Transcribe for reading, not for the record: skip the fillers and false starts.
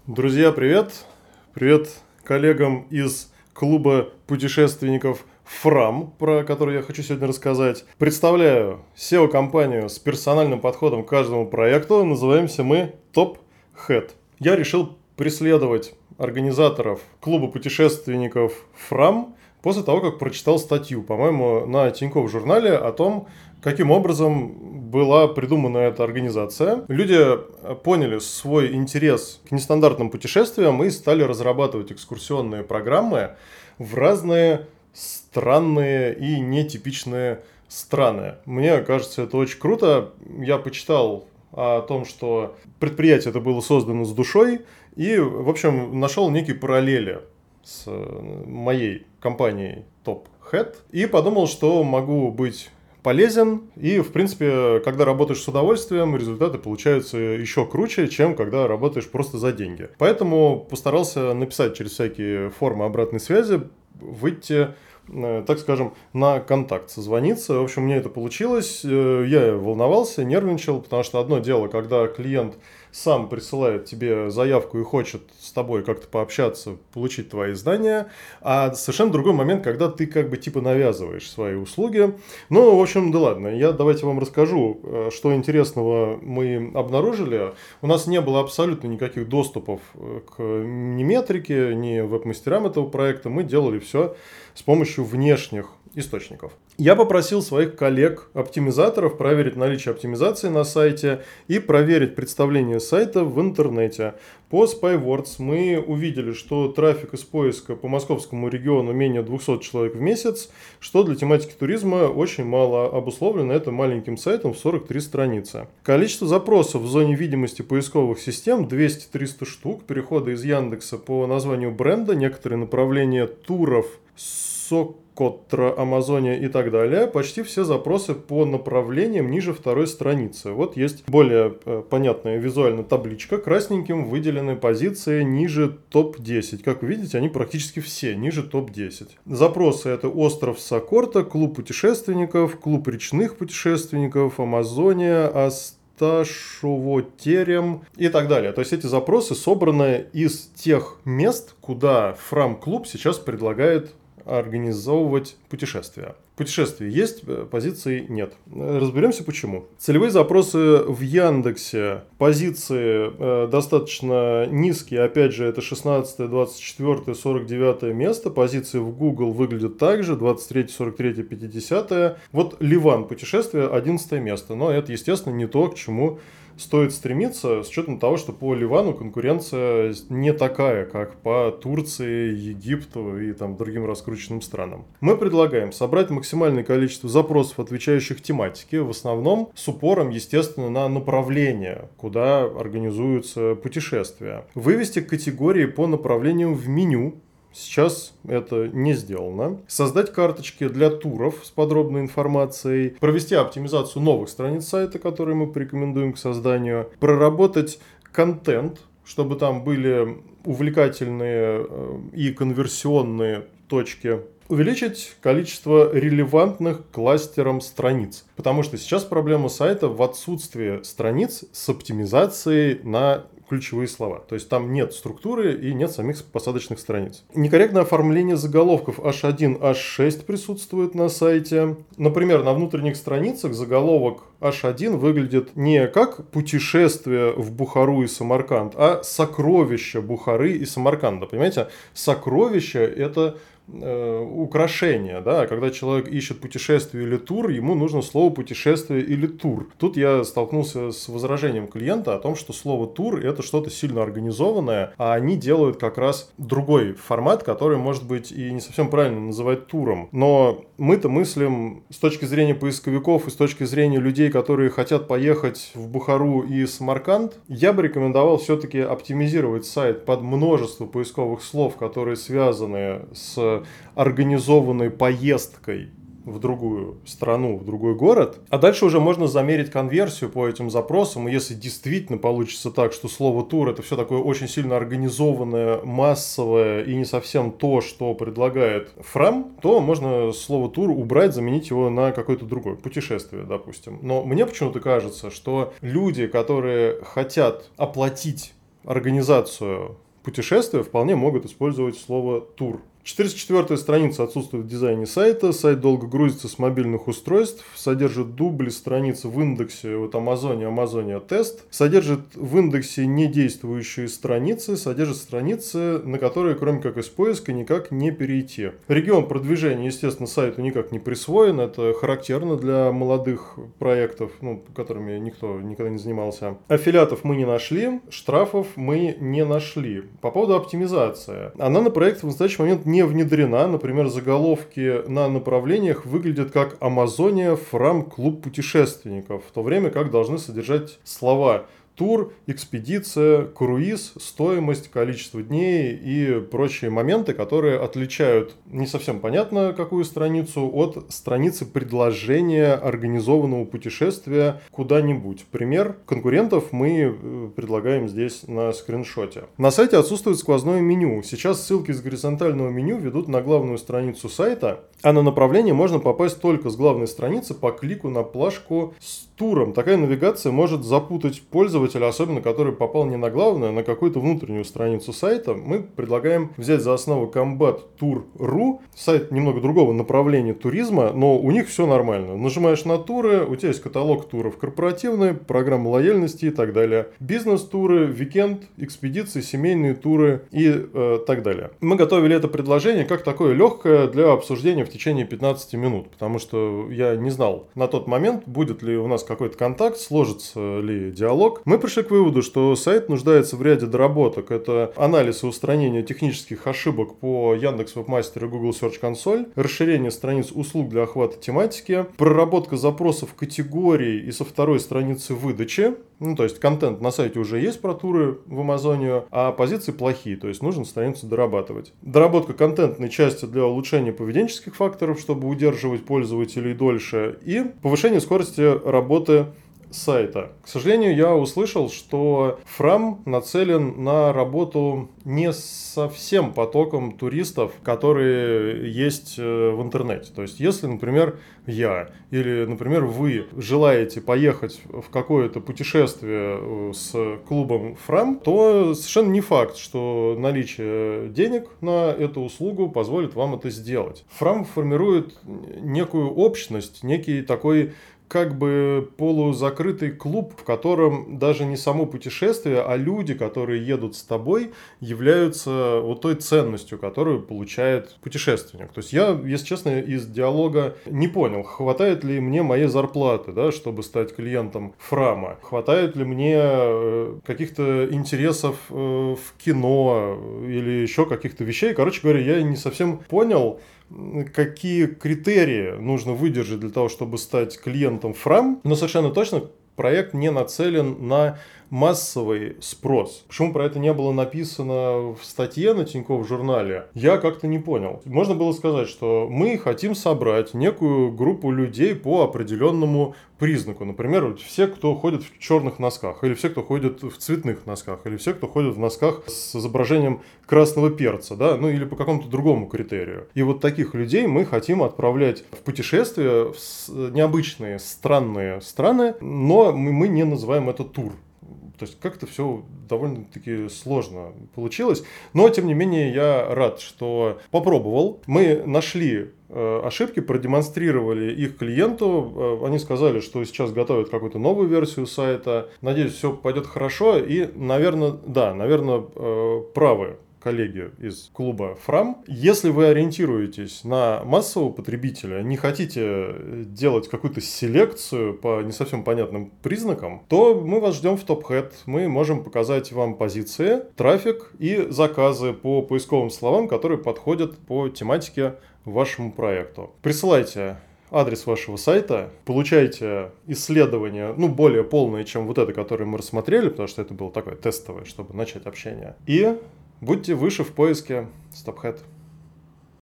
Друзья, привет! Привет коллегам из клуба путешественников Фрам, про который я хочу сегодня рассказать. Представляю SEO-компанию с персональным подходом к каждому проекту. Называемся мы Top Hat. Я решил преследовать организаторов клуба путешественников Фрам после того, как прочитал статью, по-моему, на Тинькофф журнале о том, каким образом была придумана эта организация. Люди поняли свой интерес к нестандартным путешествиям и стали разрабатывать экскурсионные программы в разные странные и нетипичные страны. Мне кажется, это очень круто. Я почитал о том, что предприятие это было создано с душой и, в общем, нашел некие параллели с моей компанией Top Hat и подумал, что могу быть полезен, и, в принципе, когда работаешь с удовольствием, результаты получаются еще круче, чем когда работаешь просто за деньги. Поэтому постарался написать через всякие формы обратной связи, выйти, так скажем, на контакт, созвониться. В общем, мне это получилось. Я волновался, нервничал, потому что одно дело, когда клиент сам присылает тебе заявку и хочет с тобой как-то пообщаться, получить твои знания, а совершенно другой момент, когда ты как бы типа навязываешь свои услуги. Ну, в общем, да ладно, давайте вам расскажу, что интересного мы обнаружили. У нас не было абсолютно никаких доступов к ни метрике, ни веб-мастерам этого проекта. Мы делали все с помощью внешних источников. Я попросил своих коллег-оптимизаторов проверить наличие оптимизации на сайте и проверить представление сайта в интернете. По SpyWords мы увидели, что трафик из поиска по московскому региону менее 200 человек в месяц, что для тематики туризма очень мало, обусловлено это маленьким сайтом в 43 страницы. Количество запросов в зоне видимости поисковых систем 200-300 штук, переходы из Яндекса по названию бренда, некоторые направления туров, Сокотра, Амазония и так далее. Почти все запросы по направлениям ниже второй страницы. Вот есть более понятная визуально табличка. Красненьким выделены позиции ниже топ-10. Как вы видите, они практически все ниже топ-10. Запросы это остров Сокорта, клуб путешественников, клуб речных путешественников, Амазония, Асташово-Терем и так далее. То есть эти запросы собраны из тех мест, куда Фрам-клуб сейчас предлагает организовывать путешествия. Путешествия есть, позиций нет. Разберемся почему. Целевые запросы в Яндексе, позиции достаточно низкие, опять же это 16, 24, 49 место. Позиции в Google выглядят также, 23, 43, 50. Вот Ливан путешествия 11 место, но это естественно не то, к чему стоит стремиться, с учетом того, что по Ливану конкуренция не такая, как по Турции, Египту и там, другим раскрученным странам. Мы предлагаем собрать максимальное количество запросов, отвечающих тематике, в основном с упором, естественно, на направление, куда организуются путешествия. Вывести категории по направлениям в меню. Сейчас это не сделано. Создать карточки для туров с подробной информацией. Провести оптимизацию новых страниц сайта, которые мы порекомендуем к созданию. Проработать контент, чтобы там были увлекательные и конверсионные точки. Увеличить количество релевантных кластерам страниц. Потому что сейчас проблема сайта в отсутствии страниц с оптимизацией на ключевые слова. То есть там нет структуры и нет самих посадочных страниц. Некорректное оформление заголовков H1, H6 присутствует на сайте. Например, на внутренних страницах заголовок H1 выглядит не как путешествие в Бухару и Самарканд, а сокровища Бухары и Самарканда. Понимаете, сокровища это украшение, да, когда человек ищет путешествие или тур, ему нужно слово путешествие или тур. Тут я столкнулся с возражением клиента о том, что слово тур это что-то сильно организованное, а они делают как раз другой формат, который может быть и не совсем правильно называть туром. Но мы-то мыслим с точки зрения поисковиков и с точки зрения людей, которые хотят поехать в Бухару и Самарканд, я бы рекомендовал все-таки оптимизировать сайт под множество поисковых слов, которые связаны с организованной поездкой в другую страну, в другой город. А дальше уже можно замерить конверсию по этим запросам. И если действительно получится так, что слово тур это все такое очень сильно организованное, массовое и не совсем то, что предлагает Фрам, то можно слово тур убрать, заменить его на какое-то другое путешествие, допустим. Но мне почему-то кажется, что люди, которые хотят оплатить организацию путешествия вполне могут использовать слово «тур». 404-я страница отсутствует в дизайне сайта. Сайт долго грузится с мобильных устройств. Содержит дубли страницы в индексе вот Amazonia тест. Содержит в индексе недействующие страницы. Содержит страницы, на которые, кроме как из поиска, никак не перейти. Регион продвижения, естественно, сайту никак не присвоен. Это характерно для молодых проектов, которыми никто никогда не занимался. Аффилиатов мы не нашли. Штрафов мы не нашли. По поводу оптимизации. Она на проект в настоящий момент не внедрена. Например, заголовки на направлениях выглядят как Amazonia Фрам Клуб путешественников, в то время как должны содержать слова тур, экспедиция, круиз, стоимость, количество дней и прочие моменты, которые отличают не совсем понятно какую страницу от страницы предложения организованного путешествия куда-нибудь. Пример конкурентов мы предлагаем здесь на скриншоте. На сайте отсутствует сквозное меню. Сейчас ссылки с горизонтального меню ведут на главную страницу сайта, а на направление можно попасть только с главной страницы по клику на плашку с туром. Такая навигация может запутать пользователя, особенно который попал не на главную, а на какую-то внутреннюю страницу сайта. Мы предлагаем взять за основу Combat.Tour.ru, сайт немного другого направления туризма, но у них все нормально. Нажимаешь на туры, у тебя есть каталог туров корпоративные, программа лояльности и так далее. Бизнес-туры, викенд, экспедиции, семейные туры и так далее. Мы готовили это предложение как такое легкое для обсуждения в течение 15 минут, потому что я не знал на тот момент, будет ли у нас какой-то контакт, сложится ли диалог. Мы пришли к выводу, что сайт нуждается в ряде доработок. Это анализ и устранение технических ошибок по Яндекс.Вебмастер и Google Search Console, расширение страниц услуг для охвата тематики, проработка запросов категорий и со второй страницы выдачи. То есть контент на сайте уже есть про туры в Амазонию, а позиции плохие, то есть нужно страницу дорабатывать. Доработка контентной части для улучшения поведенческих факторов, чтобы удерживать пользователей дольше, и повышение скорости работы сайта. К сожалению, я услышал, что Фрам нацелен на работу не со всем потоком туристов, которые есть в интернете. То есть, если, например, я или, например, вы желаете поехать в какое-то путешествие с клубом Фрам, то совершенно не факт, что наличие денег на эту услугу позволит вам это сделать. Фрам формирует некую общность, некий такой как бы полузакрытый клуб, в котором даже не само путешествие, а люди, которые едут с тобой, являются вот той ценностью, которую получает путешественник. То есть я, если честно, из диалога не понял, хватает ли мне моей зарплаты, да, чтобы стать клиентом Фрама, хватает ли мне каких-то интересов в кино или еще каких-то вещей. Короче говоря, я не совсем понял, какие критерии нужно выдержать для того, чтобы стать клиентом Фрам, но совершенно точно проект не нацелен на массовый спрос. Почему про это не было написано в статье на Тинькофф журнале, я как-то не понял. Можно было сказать, что мы хотим собрать некую группу людей по определенному признаку. Например, все, кто ходит в черных носках, или все, кто ходит в цветных носках, или все, кто ходит в носках с изображением красного перца, да, или по какому-то другому критерию. И вот таких людей мы хотим отправлять в путешествия в необычные, странные страны, но мы не называем это тур. То есть как-то все довольно-таки сложно получилось. Но, тем не менее, я рад, что попробовал. Мы нашли ошибки, продемонстрировали их клиенту. Они сказали, что сейчас готовят какую-то новую версию сайта. Надеюсь, все пойдет хорошо. И, наверное, правы коллеги из клуба Фрам. Если вы ориентируетесь на массового потребителя, не хотите делать какую-то селекцию по не совсем понятным признакам, то мы вас ждем в Top-Hat. Мы можем показать вам позиции, трафик и заказы по поисковым словам, которые подходят по тематике вашему проекту. Присылайте адрес вашего сайта, получайте исследование, более полное, чем вот это, которое мы рассмотрели, потому что это было такое тестовое, чтобы начать общение. И будьте выше в поиске StopHat.